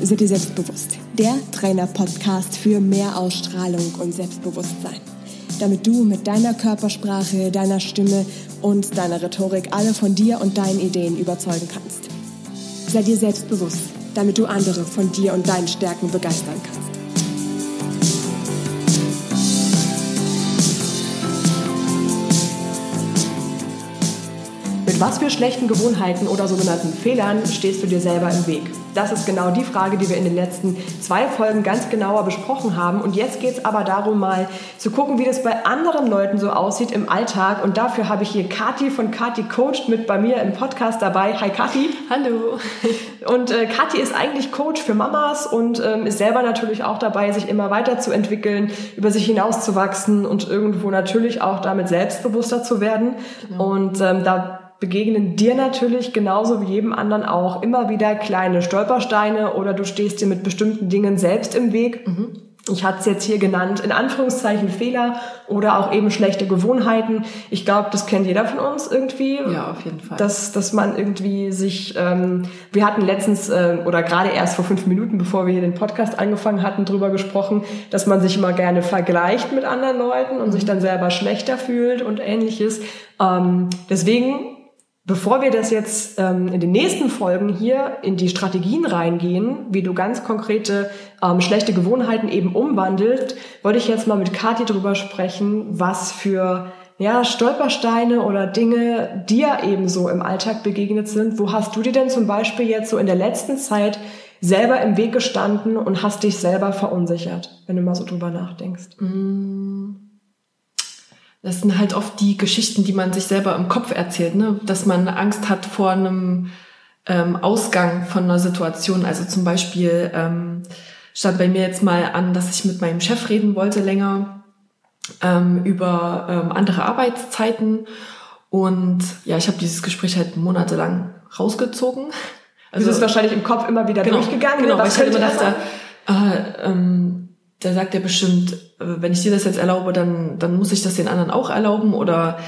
Sei dir selbstbewusst. Der Trainer-Podcast für mehr Ausstrahlung und Selbstbewusstsein. Damit du mit deiner Körpersprache, deiner Stimme und deiner Rhetorik alle von dir und deinen Ideen überzeugen kannst. Sei dir selbstbewusst, damit du andere von dir und deinen Stärken begeistern kannst. Mit was für schlechten Gewohnheiten oder sogenannten Fehlern stehst du dir selber im Weg? Das ist genau die Frage, die wir in den letzten 2 Folgen ganz genauer besprochen haben. Und jetzt geht es aber darum, mal zu gucken, wie das bei anderen Leuten so aussieht im Alltag. Und dafür habe ich hier Kathi von Kathi Coached mit bei mir im Podcast dabei. Hi Kathi. Hallo. Und Kathi ist eigentlich Coach für Mamas und ist selber natürlich auch dabei, sich immer weiterzuentwickeln, über sich hinauszuwachsen und irgendwo natürlich auch damit selbstbewusster zu werden. Genau. Und da begegnen dir natürlich genauso wie jedem anderen auch immer wieder kleine Stolpersteine oder du stehst dir mit bestimmten Dingen selbst im Weg. Ich hatte es jetzt hier genannt, in Anführungszeichen Fehler oder auch eben schlechte Gewohnheiten. Ich glaube, das kennt jeder von uns irgendwie. Ja, auf jeden Fall. Dass man irgendwie sich, wir hatten letztens oder gerade erst vor 5 Minuten, bevor wir hier den Podcast angefangen hatten, drüber gesprochen, dass man sich immer gerne vergleicht mit anderen Leuten und sich dann selber schlechter fühlt und Ähnliches. Deswegen, bevor wir das jetzt in den nächsten Folgen hier in die Strategien reingehen, wie du ganz konkrete schlechte Gewohnheiten eben umwandelst, wollte ich jetzt mal mit Kathi drüber sprechen, was für Stolpersteine oder Dinge dir eben so im Alltag begegnet sind. Wo hast du dir denn zum Beispiel jetzt so in der letzten Zeit selber im Weg gestanden und hast dich selber verunsichert, wenn du mal so drüber nachdenkst? Das sind halt oft die Geschichten, die man sich selber im Kopf erzählt, ne? Dass man Angst hat vor einem Ausgang von einer Situation. Also zum Beispiel stand bei mir jetzt mal an, dass ich mit meinem Chef reden wollte länger über andere Arbeitszeiten. Und ja, ich habe dieses Gespräch halt monatelang rausgezogen. Also ist wahrscheinlich im Kopf immer wieder durchgegangen. Genau, weil ich halt immer dachte, da sagt er bestimmt, wenn ich dir das jetzt erlaube, dann muss ich das den anderen auch erlauben oder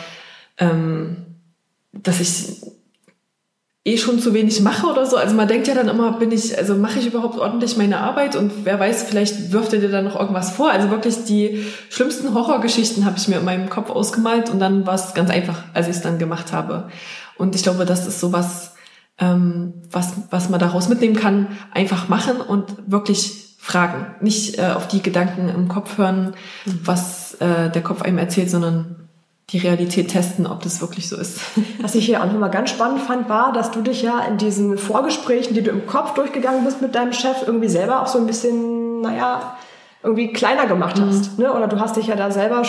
dass ich schon zu wenig mache oder so. Also man denkt ja dann immer, mache ich überhaupt ordentlich meine Arbeit und wer weiß, vielleicht wirft er dir dann noch irgendwas vor. Also wirklich die schlimmsten Horrorgeschichten habe ich mir in meinem Kopf ausgemalt und dann war es ganz einfach, als ich es dann gemacht habe. Und ich glaube, das ist sowas, was man daraus mitnehmen kann, einfach machen und wirklich fragen, nicht auf die Gedanken im Kopf hören, was der Kopf einem erzählt, sondern die Realität testen, ob das wirklich so ist. Was ich hier auch nochmal ganz spannend fand, war, dass du dich ja in diesen Vorgesprächen, die du im Kopf durchgegangen bist mit deinem Chef, irgendwie selber auch so ein bisschen, irgendwie kleiner gemacht hast. Ne? Oder du hast dich ja da selber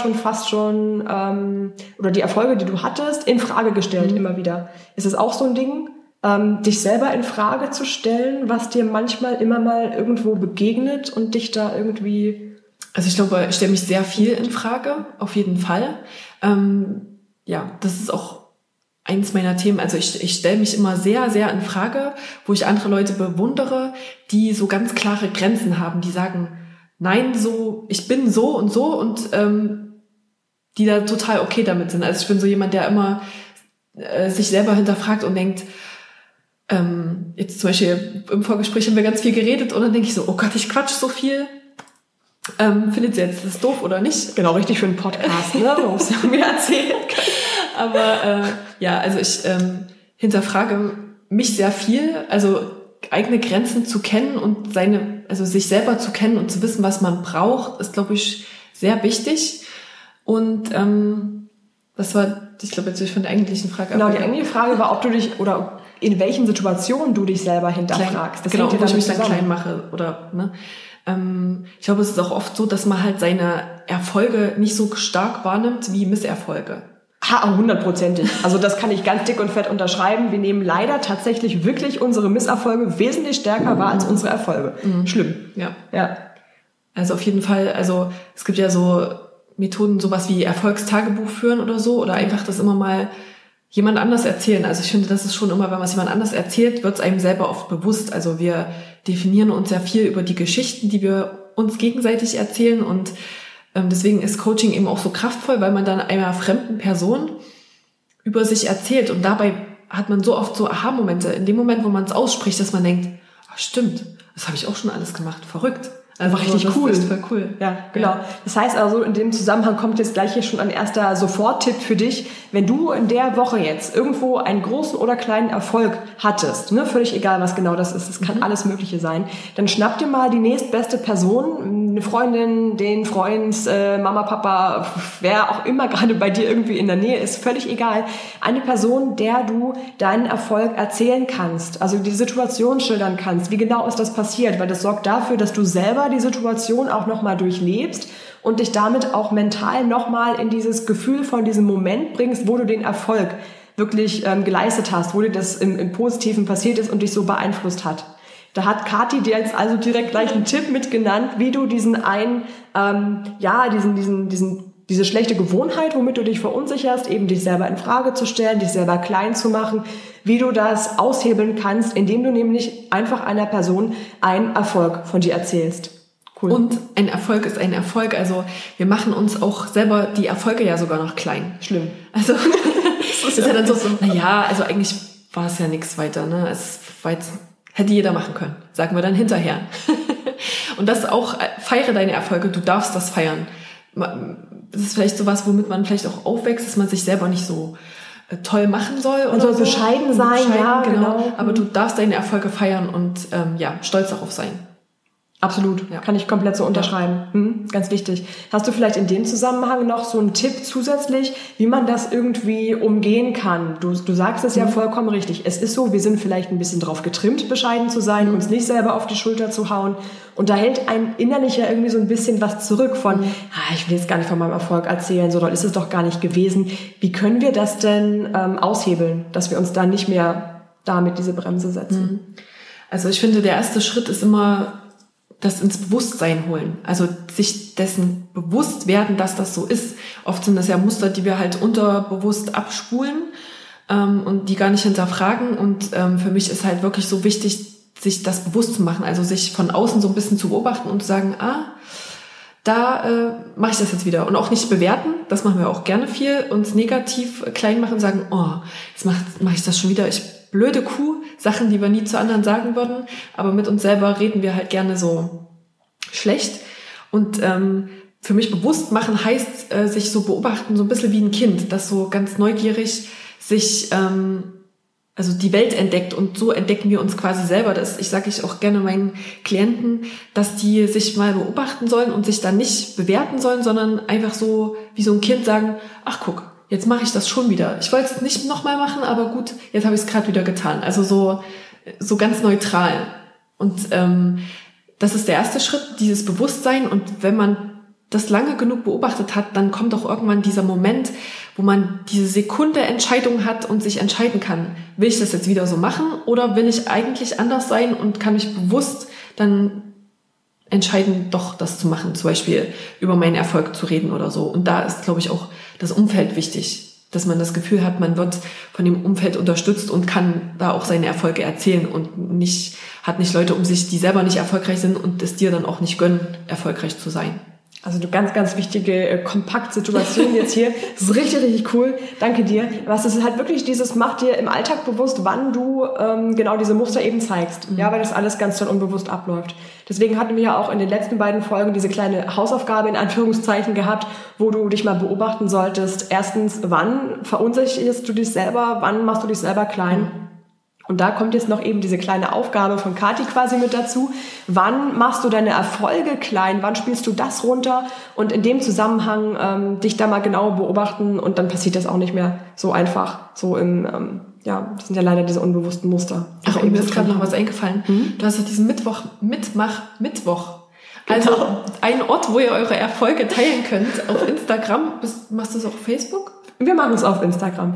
oder die Erfolge, die du hattest, in Frage gestellt immer wieder. Ist es auch so ein Ding? Dich selber in Frage zu stellen, was dir manchmal immer mal irgendwo begegnet und dich da irgendwie... Also ich glaube, ich stelle mich sehr viel in Frage, auf jeden Fall. Das ist auch eins meiner Themen. Also ich stelle mich immer sehr, sehr in Frage, wo ich andere Leute bewundere, die so ganz klare Grenzen haben, die sagen, nein, so, ich bin so und die da total okay damit sind. Also ich bin so jemand, der immer sich selber hinterfragt und denkt, jetzt zum Beispiel im Vorgespräch haben wir ganz viel geredet und dann denke ich so, oh Gott, ich quatsch so viel. Findet sie jetzt das doof oder nicht? Genau, richtig für einen Podcast, ne? Man muss ja mir erzählen können. Aber also ich hinterfrage mich sehr viel, also eigene Grenzen zu kennen und sich selber zu kennen und zu wissen, was man braucht, ist, glaube ich, sehr wichtig. Und das war, ich glaube, jetzt von der eigentlichen Frage. Genau, die eigentliche Frage war, ob du dich oder in welchen Situationen du dich selber hinterfragst. Das genau, wo ich mich dann klein mache oder ne. Ich glaube, es ist auch oft so, dass man halt seine Erfolge nicht so stark wahrnimmt wie Misserfolge. 100%. Also das kann ich ganz dick und fett unterschreiben. Wir nehmen leider tatsächlich wirklich unsere Misserfolge wesentlich stärker wahr als unsere Erfolge. Schlimm. Ja. Also auf jeden Fall, also es gibt ja so Methoden, sowas wie Erfolgstagebuch führen oder so, oder einfach das immer mal jemand anders erzählen. Also ich finde, das ist schon immer, wenn man es jemand anders erzählt, wird es einem selber oft bewusst. Also wir definieren uns sehr viel über die Geschichten, die wir uns gegenseitig erzählen und deswegen ist Coaching eben auch so kraftvoll, weil man dann einer fremden Person über sich erzählt und dabei hat man so oft so Aha-Momente. In dem Moment, wo man es ausspricht, dass man denkt, ach stimmt, das habe ich auch schon alles gemacht. Verrückt. Also richtig das cool. ist voll cool. Ja, genau. Ja. Das heißt also, in dem Zusammenhang kommt jetzt gleich hier schon ein erster Soforttipp für dich. Wenn du in der Woche jetzt irgendwo einen großen oder kleinen Erfolg hattest, ne, völlig egal, was genau das ist, es kann alles Mögliche sein, dann schnapp dir mal die nächstbeste Person, eine Freundin, den Freund, Mama, Papa, wer auch immer gerade bei dir irgendwie in der Nähe ist, völlig egal. Eine Person, der du deinen Erfolg erzählen kannst, also die Situation schildern kannst. Wie genau ist das passiert? Weil das sorgt dafür, dass du selber die Situation auch nochmal durchlebst und dich damit auch mental nochmal in dieses Gefühl von diesem Moment bringst, wo du den Erfolg wirklich geleistet hast, wo dir das im Positiven passiert ist und dich so beeinflusst hat. Da hat Kathi dir jetzt also direkt gleich einen Tipp mitgenannt, wie du diese schlechte Gewohnheit, womit du dich verunsicherst, eben dich selber in Frage zu stellen, dich selber klein zu machen, wie du das aushebeln kannst, indem du nämlich einfach einer Person einen Erfolg von dir erzählst. Cool. Und ein Erfolg ist ein Erfolg. Also wir machen uns auch selber die Erfolge ja sogar noch klein. Schlimm. Also das ist ja dann so, naja, also eigentlich war es ja nichts weiter. Ne? Es war jetzt, hätte jeder machen können, sagen wir dann hinterher. Und das auch, feiere deine Erfolge, du darfst das feiern. Das ist vielleicht sowas, womit man vielleicht auch aufwächst, dass man sich selber nicht so toll machen soll. Man soll bescheiden sein, ja, genau. Aber du darfst deine Erfolge feiern und stolz darauf sein. Absolut, ja. Kann ich komplett so unterschreiben. Ganz wichtig. Hast du vielleicht in dem Zusammenhang noch so einen Tipp zusätzlich, wie man das irgendwie umgehen kann? Du sagst es ja vollkommen richtig. Es ist so, wir sind vielleicht ein bisschen drauf getrimmt, bescheiden zu sein, uns nicht selber auf die Schulter zu hauen. Und da hält ein innerlich ja irgendwie so ein bisschen was zurück von, ich will jetzt gar nicht von meinem Erfolg erzählen, so doll ist es doch gar nicht gewesen. Wie können wir das denn aushebeln, dass wir uns da nicht mehr damit diese Bremse setzen? Also ich finde, der erste Schritt ist immer das ins Bewusstsein holen. Also sich dessen bewusst werden, dass das so ist. Oft sind das ja Muster, die wir halt unterbewusst abspulen und die gar nicht hinterfragen. Und für mich ist halt wirklich so wichtig, sich das bewusst zu machen. Also sich von außen so ein bisschen zu beobachten und zu sagen, da mache ich das jetzt wieder. Und auch nicht bewerten, das machen wir auch gerne viel, uns negativ klein machen und sagen, jetzt mach ich das schon wieder, blöde Kuh, Sachen, die wir nie zu anderen sagen würden, aber mit uns selber reden wir halt gerne so schlecht. Und für mich bewusst machen heißt, sich so beobachten, so ein bisschen wie ein Kind, das so ganz neugierig sich also die Welt entdeckt, und so entdecken wir uns quasi selber. Ich sage auch gerne meinen Klienten, dass die sich mal beobachten sollen und sich dann nicht bewerten sollen, sondern einfach so wie so ein Kind sagen, ach guck, jetzt mache ich das schon wieder. Ich wollte es nicht nochmal machen, aber gut, jetzt habe ich es gerade wieder getan. Also so ganz neutral. Und das ist der erste Schritt, dieses Bewusstsein. Und wenn man das lange genug beobachtet hat, dann kommt auch irgendwann dieser Moment, wo man diese Sekunde Entscheidung hat und sich entscheiden kann, will ich das jetzt wieder so machen oder will ich eigentlich anders sein und kann mich bewusst dann entscheiden, doch das zu machen, zum Beispiel über meinen Erfolg zu reden oder so. Und da ist, glaube ich, auch das Umfeld wichtig, dass man das Gefühl hat, man wird von dem Umfeld unterstützt und kann da auch seine Erfolge erzählen und hat nicht Leute um sich, die selber nicht erfolgreich sind und es dir dann auch nicht gönnen, erfolgreich zu sein. Also eine ganz, ganz wichtige Kompaktsituation jetzt hier. Das ist richtig, richtig cool. Danke dir. Was ist halt wirklich macht dir im Alltag bewusst, wann du genau diese Muster eben zeigst. Ja, weil das alles ganz toll unbewusst abläuft. Deswegen hatten wir ja auch in den letzten beiden Folgen diese kleine Hausaufgabe in Anführungszeichen gehabt, wo du dich mal beobachten solltest. Erstens, wann verunsicherst du dich selber? Wann machst du dich selber klein? Und da kommt jetzt noch eben diese kleine Aufgabe von Kathi quasi mit dazu. Wann machst du deine Erfolge klein? Wann spielst du das runter? Und in dem Zusammenhang dich da mal genau beobachten, und dann passiert das auch nicht mehr so einfach. So das sind ja leider diese unbewussten Muster. Ach, und mir ist gerade noch was eingefallen. Du hast ja diesen Mittwoch. Also ein Ort, wo ihr eure Erfolge teilen könnt. Auf Instagram. Machst du es auch auf Facebook? Wir machen es auf Instagram.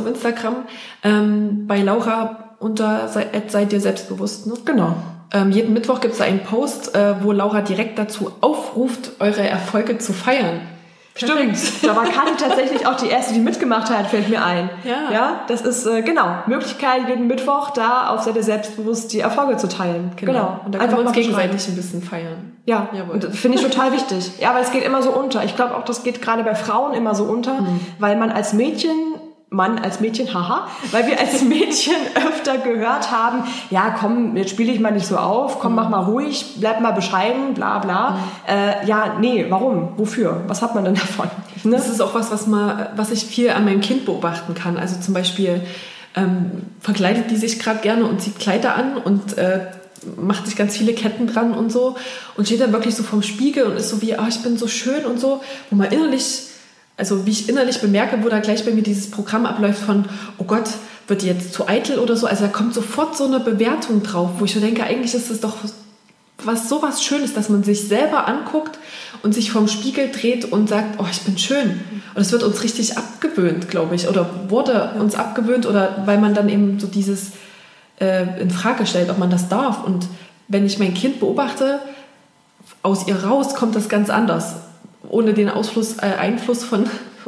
Bei Laura unter seid ihr selbstbewusst, ne? Genau. Jeden Mittwoch gibt es da einen Post, wo Laura direkt dazu aufruft, eure Erfolge zu feiern. Stimmt. Da war Kathi tatsächlich auch die erste, die mitgemacht hat, fällt mir ein. Ja, das ist Möglichkeit, jeden Mittwoch da auf Seite selbstbewusst die Erfolge zu teilen. Genau. Und da können wir uns gegenseitig ein bisschen feiern. Ja, und das finde ich total wichtig. Ja, aber es geht immer so unter. Ich glaube auch, das geht gerade bei Frauen immer so unter, weil man als Mädchen Mann als Mädchen, haha, weil wir als Mädchen öfter gehört haben, ja komm, jetzt spiele ich mal nicht so auf, komm, mach mal ruhig, bleib mal bescheiden, bla bla. Ja, nee, warum? Wofür? Was hat man denn davon? Ne? Das ist auch was ich viel an meinem Kind beobachten kann. Also zum Beispiel verkleidet die sich gerade gerne und zieht Kleider an und macht sich ganz viele Ketten dran und so und steht dann wirklich so vorm Spiegel und ist so wie, ich bin so schön und so, wo man innerlich, also wie ich innerlich bemerke, wo da gleich bei mir dieses Programm abläuft von, oh Gott, wird die jetzt zu eitel oder so? Also da kommt sofort so eine Bewertung drauf, wo ich so denke, eigentlich ist das doch sowas Schönes, dass man sich selber anguckt und sich vorm Spiegel dreht und sagt, ich bin schön. Und das wird uns richtig abgewöhnt, glaube ich, oder wurde uns abgewöhnt, oder weil man dann eben so dieses in Frage stellt, ob man das darf. Und wenn ich mein Kind beobachte, aus ihr raus kommt das ganz anders. Ohne den Einfluss von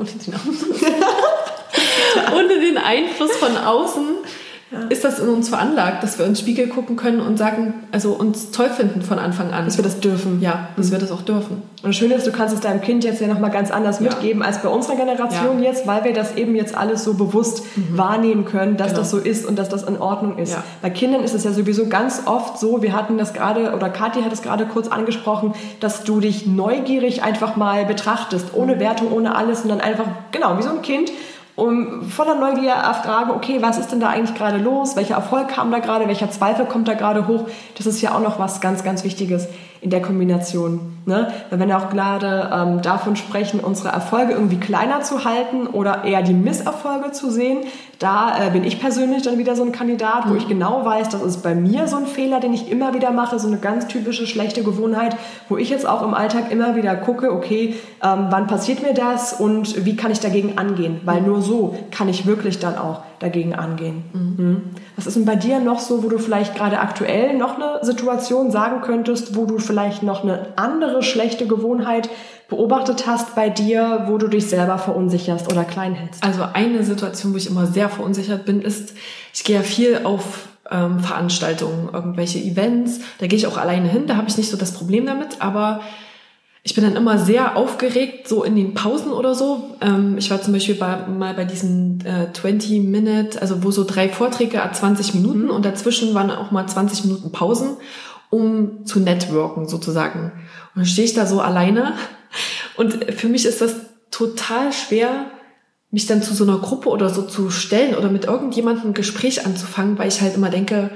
außen ist das in uns veranlagt, dass wir ins Spiegel gucken können und sagen, also uns toll finden von Anfang an. Dass wir das dürfen. Ja, dass wir das auch dürfen. Und das Schöne ist, du kannst es deinem Kind jetzt ja nochmal ganz anders mitgeben als bei unserer Generation jetzt, weil wir das eben jetzt alles so bewusst wahrnehmen können, dass das so ist und dass das in Ordnung ist. Ja. Bei Kindern ist es ja sowieso ganz oft so, wir hatten das gerade, oder Kathi hat es gerade kurz angesprochen, dass du dich neugierig einfach mal betrachtest, ohne Wertung, ohne alles, und dann einfach, genau, wie so ein Kind, voller Neugier erfragen, okay, was ist denn da eigentlich gerade los? Welcher Erfolg kam da gerade? Welcher Zweifel kommt da gerade hoch? Das ist ja auch noch was ganz, ganz Wichtiges in der Kombination. Ne? Weil wenn wir auch gerade davon sprechen, unsere Erfolge irgendwie kleiner zu halten oder eher die Misserfolge zu sehen, da bin ich persönlich dann wieder so ein Kandidat, wo ich genau weiß, das ist bei mir so ein Fehler, den ich immer wieder mache, so eine ganz typische schlechte Gewohnheit, wo ich jetzt auch im Alltag immer wieder gucke, okay, wann passiert mir das und wie kann ich dagegen angehen? Weil nur so kann ich wirklich dann auch dagegen angehen. Was ist denn bei dir noch so, wo du vielleicht gerade aktuell noch eine Situation sagen könntest, wo du vielleicht noch eine andere schlechte Gewohnheit beobachtet hast bei dir, wo du dich selber verunsicherst oder klein hältst? Also eine Situation, wo ich immer sehr verunsichert bin, ist, ich gehe ja viel auf Veranstaltungen, irgendwelche Events, da gehe ich auch alleine hin, da habe ich nicht so das Problem damit, aber ich bin dann immer sehr aufgeregt, so in den Pausen oder so. Ich war zum Beispiel mal bei diesen 20-Minute, also wo so 3 Vorträge à 20 Minuten und dazwischen waren auch mal 20 Minuten Pausen, um zu networken sozusagen. Und dann stehe ich da so alleine und für mich ist das total schwer, mich dann zu so einer Gruppe oder so zu stellen oder mit irgendjemandem ein Gespräch anzufangen, weil ich halt immer denke,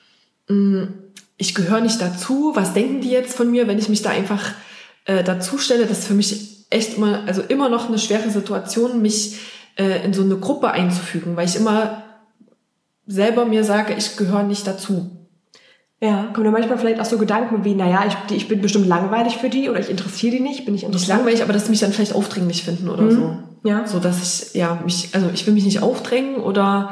ich gehöre nicht dazu, was denken die jetzt von mir, wenn ich mich da einfach dazu stelle. Das ist für mich echt immer noch eine schwere Situation, mich in so eine Gruppe einzufügen, weil ich immer selber mir sage, ich gehöre nicht dazu. Ja, kommen da manchmal vielleicht auch so Gedanken wie, naja, ich bin bestimmt langweilig für die oder ich interessiere die nicht, bin ich nicht langweilig, aber dass sie mich dann vielleicht aufdringlich finden oder so. Ja. So, dass ich will mich nicht aufdrängen oder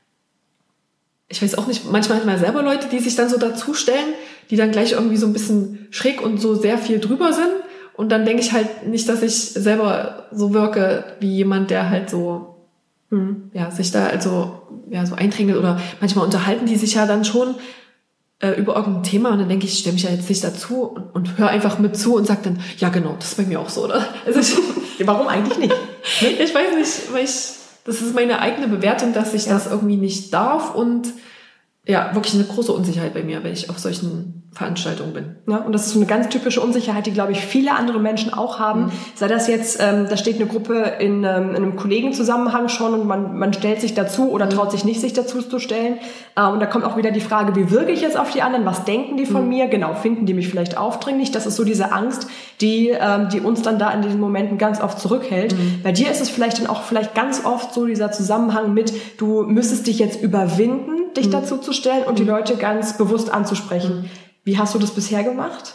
ich weiß auch nicht, manchmal selber Leute, die sich dann so dazustellen, die dann gleich irgendwie so ein bisschen schräg und so sehr viel drüber sind. Und dann denke ich halt nicht, dass ich selber so wirke wie jemand, der halt so, sich da so eindringelt. Oder manchmal unterhalten die sich ja dann schon über irgendein Thema und dann denke ich stelle mich ja jetzt nicht dazu und höre einfach mit zu und sage dann, ja genau, das ist bei mir auch so, oder? Also warum eigentlich nicht? Ich weiß nicht, weil das ist meine eigene Bewertung, dass ich das irgendwie nicht darf und ja, wirklich eine große Unsicherheit bei mir, wenn ich auf solchen Veranstaltungen bin. Ja, und das ist so eine ganz typische Unsicherheit, die, glaube ich, viele andere Menschen auch haben. Sei das jetzt, da steht eine Gruppe in einem Kollegenzusammenhang schon und man stellt sich dazu oder traut sich nicht, sich dazu zu stellen. Und da kommt auch wieder die Frage, wie wirke ich jetzt auf die anderen? Was denken die von mir? Genau, finden die mich vielleicht aufdringlich? Das ist so diese Angst, die uns dann da in diesen Momenten ganz oft zurückhält. Bei dir ist es vielleicht ganz oft so dieser Zusammenhang mit, du müsstest dich jetzt überwinden, dich dazu zu stellen und die Leute ganz bewusst anzusprechen. Wie hast du das bisher gemacht?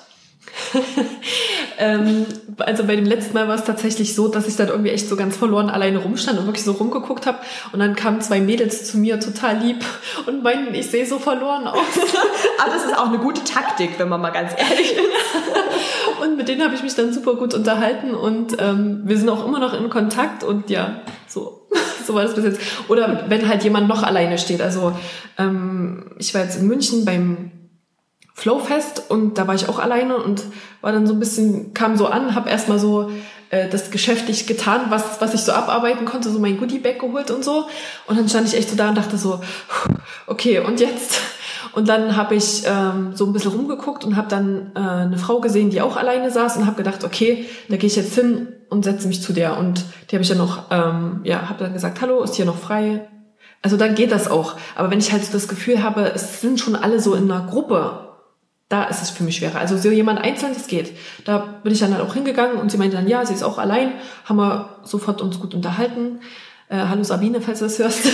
Also bei dem letzten Mal war es tatsächlich so, dass ich dann irgendwie echt so ganz verloren alleine rumstand und wirklich so rumgeguckt habe und dann kamen 2 Mädels zu mir, total lieb und meinten, ich sehe so verloren aus. Aber das ist auch eine gute Taktik, wenn man mal ganz ehrlich ist. Und mit denen habe ich mich dann super gut unterhalten und wir sind auch immer noch in Kontakt und ja, so war das bis jetzt. Oder wenn halt jemand noch alleine steht. Also ich war jetzt in München beim Flowfest und da war ich auch alleine und war dann so ein bisschen, kam so an, habe erstmal so das geschäftlich getan, was ich so abarbeiten konnte, so mein Goodie-Bag geholt und so. Und dann stand ich echt so da und dachte so, okay, und jetzt? Und dann habe ich so ein bisschen rumgeguckt und habe dann eine Frau gesehen, die auch alleine saß und habe gedacht, okay, da gehe ich jetzt hin und setze mich zu der. Und die habe ich dann noch, habe dann gesagt, hallo, ist hier noch frei? Also dann geht das auch. Aber wenn ich halt so das Gefühl habe, es sind schon alle so in einer Gruppe, da ist es für mich schwerer. Also so jemand einzeln, das geht. Da bin ich dann halt auch hingegangen und sie meinte dann, ja, sie ist auch allein, haben wir sofort uns gut unterhalten. Hallo Sabine, falls du das hörst.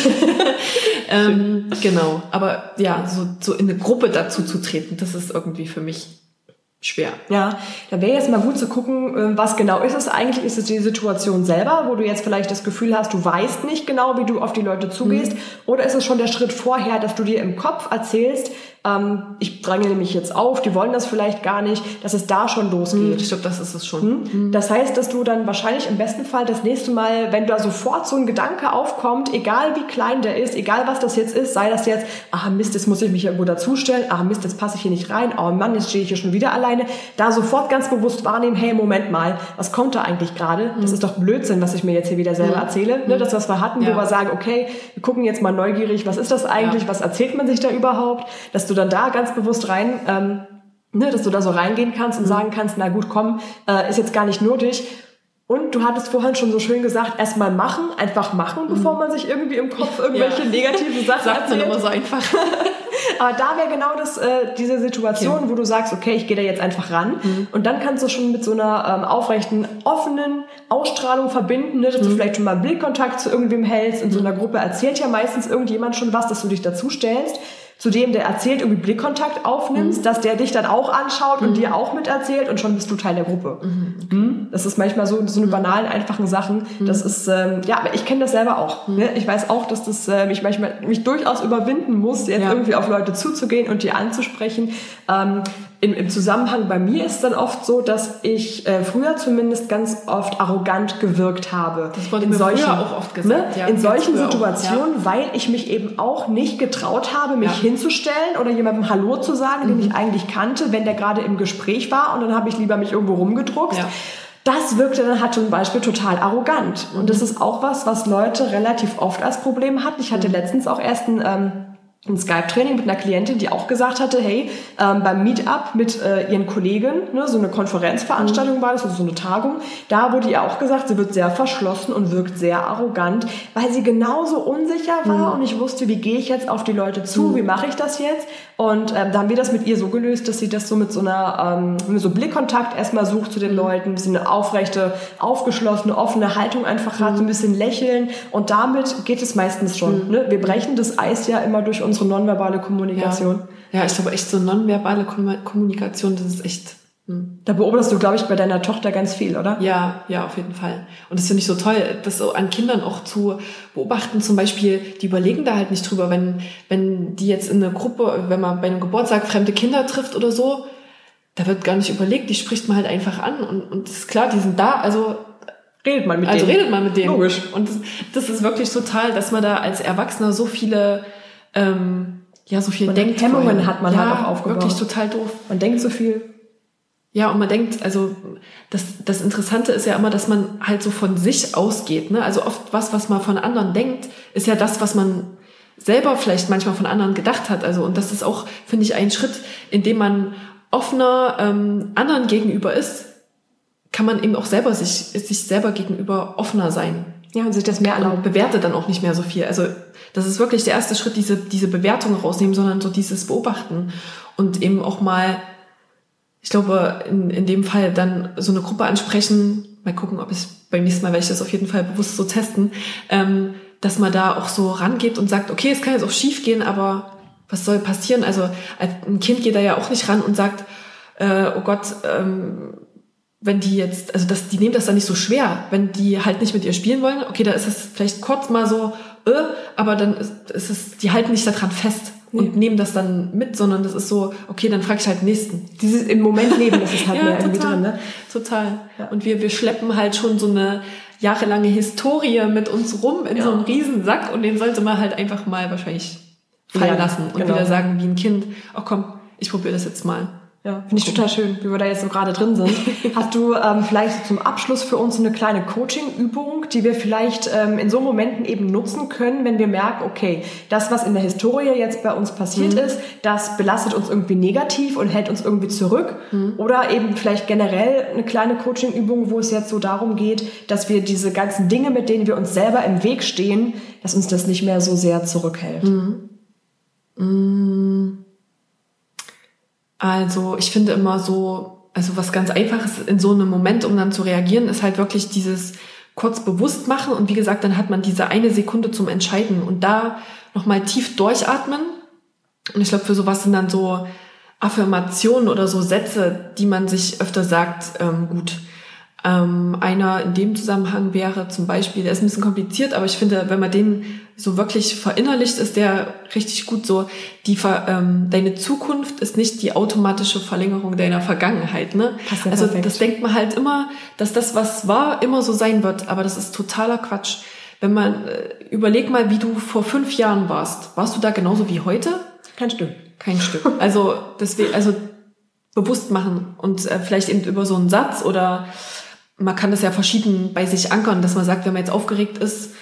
Genau. Aber ja, so in eine Gruppe dazu zu treten, das ist irgendwie für mich schwer. Ja, da wäre jetzt mal gut zu gucken, was genau ist es eigentlich? Ist es die Situation selber, wo du jetzt vielleicht das Gefühl hast, du weißt nicht genau, wie du auf die Leute zugehst? Oder ist es schon der Schritt vorher, dass du dir im Kopf erzählst, ich dränge mich jetzt auf, die wollen das vielleicht gar nicht, dass es da schon losgeht? Ich glaube, das ist es schon. Das heißt, dass du dann wahrscheinlich im besten Fall das nächste Mal, wenn da sofort so ein Gedanke aufkommt, egal wie klein der ist, egal was das jetzt ist, sei das jetzt, Mist, jetzt muss ich mich irgendwo dazustellen, Mist, jetzt passe ich hier nicht rein, Mann, jetzt stehe ich hier schon wieder alleine, da sofort ganz bewusst wahrnehmen, hey, Moment mal, was kommt da eigentlich gerade? Das ist doch Blödsinn, was ich mir jetzt hier wieder selber erzähle. Ne, das, was wir hatten, wo wir sagen, okay, wir gucken jetzt mal neugierig, was ist das eigentlich, was erzählt man sich da überhaupt, dass du dann da ganz bewusst rein, dass du da so reingehen kannst und sagen kannst, na gut, komm, ist jetzt gar nicht nötig. Und du hattest vorhin schon so schön gesagt, erstmal machen, einfach machen, bevor man sich irgendwie im Kopf irgendwelche negativen Sachen sagt erzählt. Man immer so einfach. Aber da wäre genau diese Situation, wo du sagst, okay, ich gehe da jetzt einfach ran. Und dann kannst du schon mit so einer aufrechten, offenen Ausstrahlung verbinden, ne, dass du vielleicht schon mal Blickkontakt zu irgendwem hältst. In so einer Gruppe erzählt ja meistens irgendjemand schon was, dass du dich dazu stellst. Zu dem, der erzählt, irgendwie Blickkontakt aufnimmst, dass der dich dann auch anschaut und dir auch miterzählt und schon bist du Teil der Gruppe. Das ist manchmal so eine banalen, einfachen Sachen. Das ist, aber ich kenne das selber auch. Ne? Ich weiß auch, dass das mich durchaus überwinden muss, jetzt irgendwie auf Leute zuzugehen und die anzusprechen. Im Zusammenhang bei mir ist es dann oft so, dass ich früher zumindest ganz oft arrogant gewirkt habe. Das wurde mir früher auch oft gesagt. Ne? In solchen Situationen, weil ich mich eben auch nicht getraut habe, mich hinzustellen oder jemandem Hallo zu sagen, den ich eigentlich kannte, wenn der gerade im Gespräch war und dann habe ich lieber mich irgendwo rumgedruckst. Ja. Das wirkte dann halt zum Beispiel total arrogant. Und das ist auch was Leute relativ oft als Problem hatten. Ich hatte letztens auch erst ein Skype-Training mit einer Klientin, die auch gesagt hatte, hey, beim Meetup mit ihren Kollegen, ne, so eine Konferenzveranstaltung war das, also so eine Tagung, da wurde ihr auch gesagt, sie wird sehr verschlossen und wirkt sehr arrogant, weil sie genauso unsicher war und ich wusste, wie gehe ich jetzt auf die Leute zu, wie mache ich das jetzt? Und da haben wir das mit ihr so gelöst, dass sie das so mit so einer so Blickkontakt erstmal sucht zu den Leuten, ein bisschen eine aufrechte, aufgeschlossene, offene Haltung einfach hat, so ein bisschen lächeln und damit geht es meistens schon. Ne? Wir brechen das Eis ja immer durch unsere nonverbale Kommunikation. Ja, ich glaube echt so nonverbale Kommunikation, das ist echt... Da beobachtest du, glaube ich, bei deiner Tochter ganz viel, oder? Ja, auf jeden Fall. Und das finde ich so toll, das so an Kindern auch zu beobachten. Zum Beispiel, die überlegen da halt nicht drüber, wenn die jetzt in einer Gruppe, wenn man bei einem Geburtstag fremde Kinder trifft oder so, da wird gar nicht überlegt, die spricht man halt einfach an. Und das ist klar, die sind da, also redet man mit denen. Logisch. Und das ist wirklich total, dass man da als Erwachsener so viele... so viel denkt. Hemmungen hat man halt auch aufgebaut. Wirklich total doof. Man denkt so viel. Ja, und man denkt, also das Interessante ist ja immer, dass man halt so von sich ausgeht. Ne? Also oft was man von anderen denkt, ist ja das, was man selber vielleicht manchmal von anderen gedacht hat. Also und das ist auch, finde ich, ein Schritt, in dem man offener anderen gegenüber ist, kann man eben auch selber sich selber gegenüber offener sein. Ja, und sich das mehr erlauben. Und bewertet dann auch nicht mehr so viel. Also das ist wirklich der erste Schritt, diese Bewertung rausnehmen, sondern so dieses Beobachten und eben auch mal, ich glaube, in dem Fall dann so eine Gruppe ansprechen, mal gucken, ob es beim nächsten Mal werde ich das auf jeden Fall bewusst so testen, dass man da auch so rangeht und sagt, okay, es kann jetzt auch schief gehen, aber was soll passieren? Also ein Kind geht da ja auch nicht ran und sagt, oh Gott, wenn die jetzt, also die nehmen das dann nicht so schwer, wenn die halt nicht mit ihr spielen wollen, okay, da ist es vielleicht kurz mal so, aber dann ist es, die halten nicht daran fest und nehmen das dann mit, sondern das ist so, okay, dann frage ich halt den nächsten. Dieses im Moment leben, das ist halt mehr irgendwie drin, ne? Total. Ja. Und wir schleppen halt schon so eine jahrelange Historie mit uns rum in so einem Riesensack und den sollte man halt einfach mal wahrscheinlich fallen lassen und wieder sagen wie ein Kind, ach komm, ich probiere das jetzt mal. Ja, finde ich total schön, wie wir da jetzt so gerade drin sind. Hast du vielleicht zum Abschluss für uns eine kleine Coaching-Übung, die wir vielleicht in so Momenten eben nutzen können, wenn wir merken, okay, das, was in der Historie jetzt bei uns passiert ist, das belastet uns irgendwie negativ und hält uns irgendwie zurück. Oder eben vielleicht generell eine kleine Coaching-Übung, wo es jetzt so darum geht, dass wir diese ganzen Dinge, mit denen wir uns selber im Weg stehen, dass uns das nicht mehr so sehr zurückhält. Also ich finde immer so, also was ganz Einfaches in so einem Moment, um dann zu reagieren, ist halt wirklich dieses kurz bewusst machen und wie gesagt, dann hat man diese eine Sekunde zum Entscheiden und da nochmal tief durchatmen und ich glaube, für sowas sind dann so Affirmationen oder so Sätze, die man sich öfter sagt, gut. Einer in dem Zusammenhang wäre zum Beispiel, der ist ein bisschen kompliziert, aber ich finde, wenn man den so wirklich verinnerlicht, ist der richtig gut so, deine Zukunft ist nicht die automatische Verlängerung deiner Vergangenheit, ne? Also perfekt. Das denkt man halt immer, dass das, was war, immer so sein wird, aber das ist totaler Quatsch. Wenn man, überleg mal, wie du vor 5 Jahren warst. Warst du da genauso wie heute? Kein Stück. Kein Stück. Also, deswegen, also, bewusst machen und vielleicht eben über so einen Satz oder man kann das ja verschieden bei sich ankern, dass man sagt, wenn man jetzt aufgeregt ist,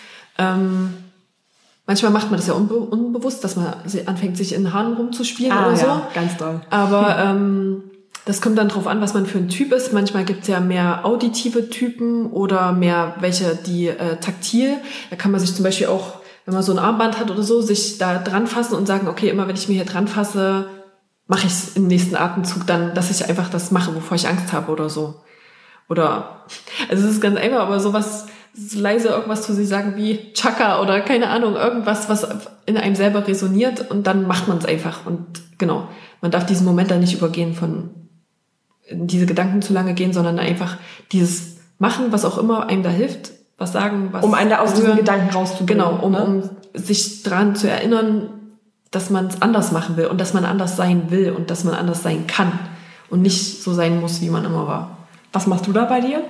manchmal macht man das ja unbewusst, dass man anfängt, sich in den Haaren rumzuspielen oder so. Ja, ganz doll. Aber das kommt dann drauf an, was man für ein Typ ist. Manchmal gibt's ja mehr auditive Typen oder mehr welche, die taktil. Da kann man sich zum Beispiel auch, wenn man so ein Armband hat oder so, sich da dran fassen und sagen, okay, immer wenn ich mir hier dran fasse, mache ich es im nächsten Atemzug dann, dass ich einfach das mache, wovor ich Angst habe oder so. Oder, also es ist ganz einfach, aber sowas, so leise irgendwas zu sich sagen wie Chaka oder keine Ahnung, irgendwas, was in einem selber resoniert und dann macht man es einfach. Und genau, man darf diesen Moment dann nicht übergehen von diese Gedanken zu lange gehen, sondern einfach dieses Machen, was auch immer einem da hilft, was sagen, was... Um einen da aus diesen Gedanken rauszubringen. Genau, um sich dran zu erinnern, dass man es anders machen will und dass man anders sein will und dass man anders sein kann und nicht so sein muss, wie man immer war. Was machst du da bei dir?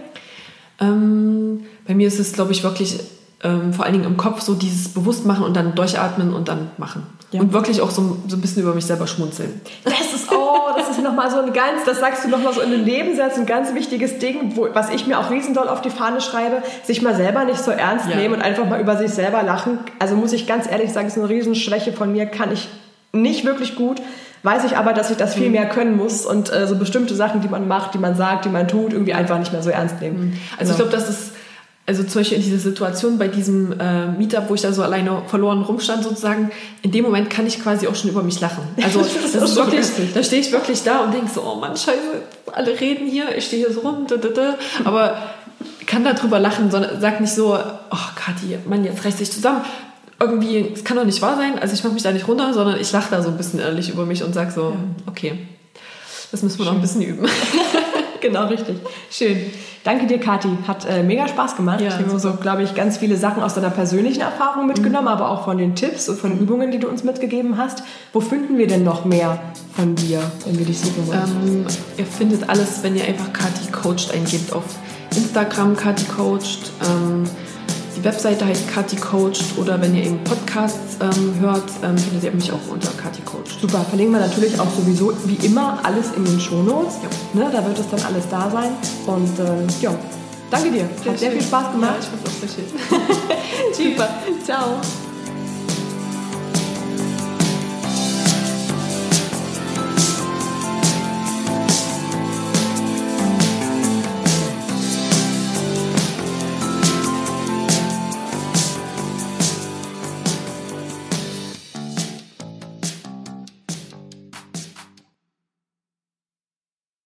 Bei mir ist es, glaube ich, wirklich vor allen Dingen im Kopf so dieses Bewusstmachen und dann durchatmen und dann machen. Ja. Und wirklich auch so ein bisschen über mich selber schmunzeln. Das ist nochmal so das sagst du nochmal so in den Nebensatz, ein ganz wichtiges Ding, was ich mir auch riesendoll auf die Fahne schreibe, sich mal selber nicht so ernst nehmen und einfach mal über sich selber lachen. Also muss ich ganz ehrlich sagen, ist eine Riesenschwäche von mir, kann ich nicht wirklich gut. Weiß ich aber, dass ich das viel mehr können muss und so bestimmte Sachen, die man macht, die man sagt, die man tut, irgendwie einfach nicht mehr so ernst nehmen. Also ich glaube, das ist, also zum Beispiel in dieser Situation bei diesem Meetup, wo ich da so alleine verloren rumstand sozusagen, in dem Moment kann ich quasi auch schon über mich lachen. Also das ist wirklich, da stehe ich wirklich da und denke so, oh Mann, scheiße, alle reden hier, ich stehe hier so rum, aber kann da drüber lachen, sondern sag nicht so, oh Kathi, Mann, jetzt reißt dich zusammen. Irgendwie, es kann doch nicht wahr sein, also ich mache mich da nicht runter, sondern ich lache da so ein bisschen ehrlich über mich und sage so, okay, das müssen wir noch ein bisschen üben. Genau, richtig. Schön. Danke dir, Kathi. Hat mega Spaß gemacht. Ja, ich habe so, glaube ich, ganz viele Sachen aus deiner persönlichen Erfahrung mitgenommen, aber auch von den Tipps und von den Übungen, die du uns mitgegeben hast. Wo finden wir denn noch mehr von dir, wenn wir dich suchen wollen? Ihr findet alles, wenn ihr einfach Kathi Coached eingebt auf Instagram, Kathi Coached. Die Webseite heißt Kathi Coached oder wenn ihr eben Podcasts hört, findet ihr mich auch unter Kathi Coached. Super, verlinken wir natürlich auch sowieso wie immer alles in den Shownotes. Ja. Ne, da wird es dann alles da sein. Und ja, danke dir. Hat sehr viel Spaß gemacht. Ja, ich fand's auch sehr schön. Super. Ciao.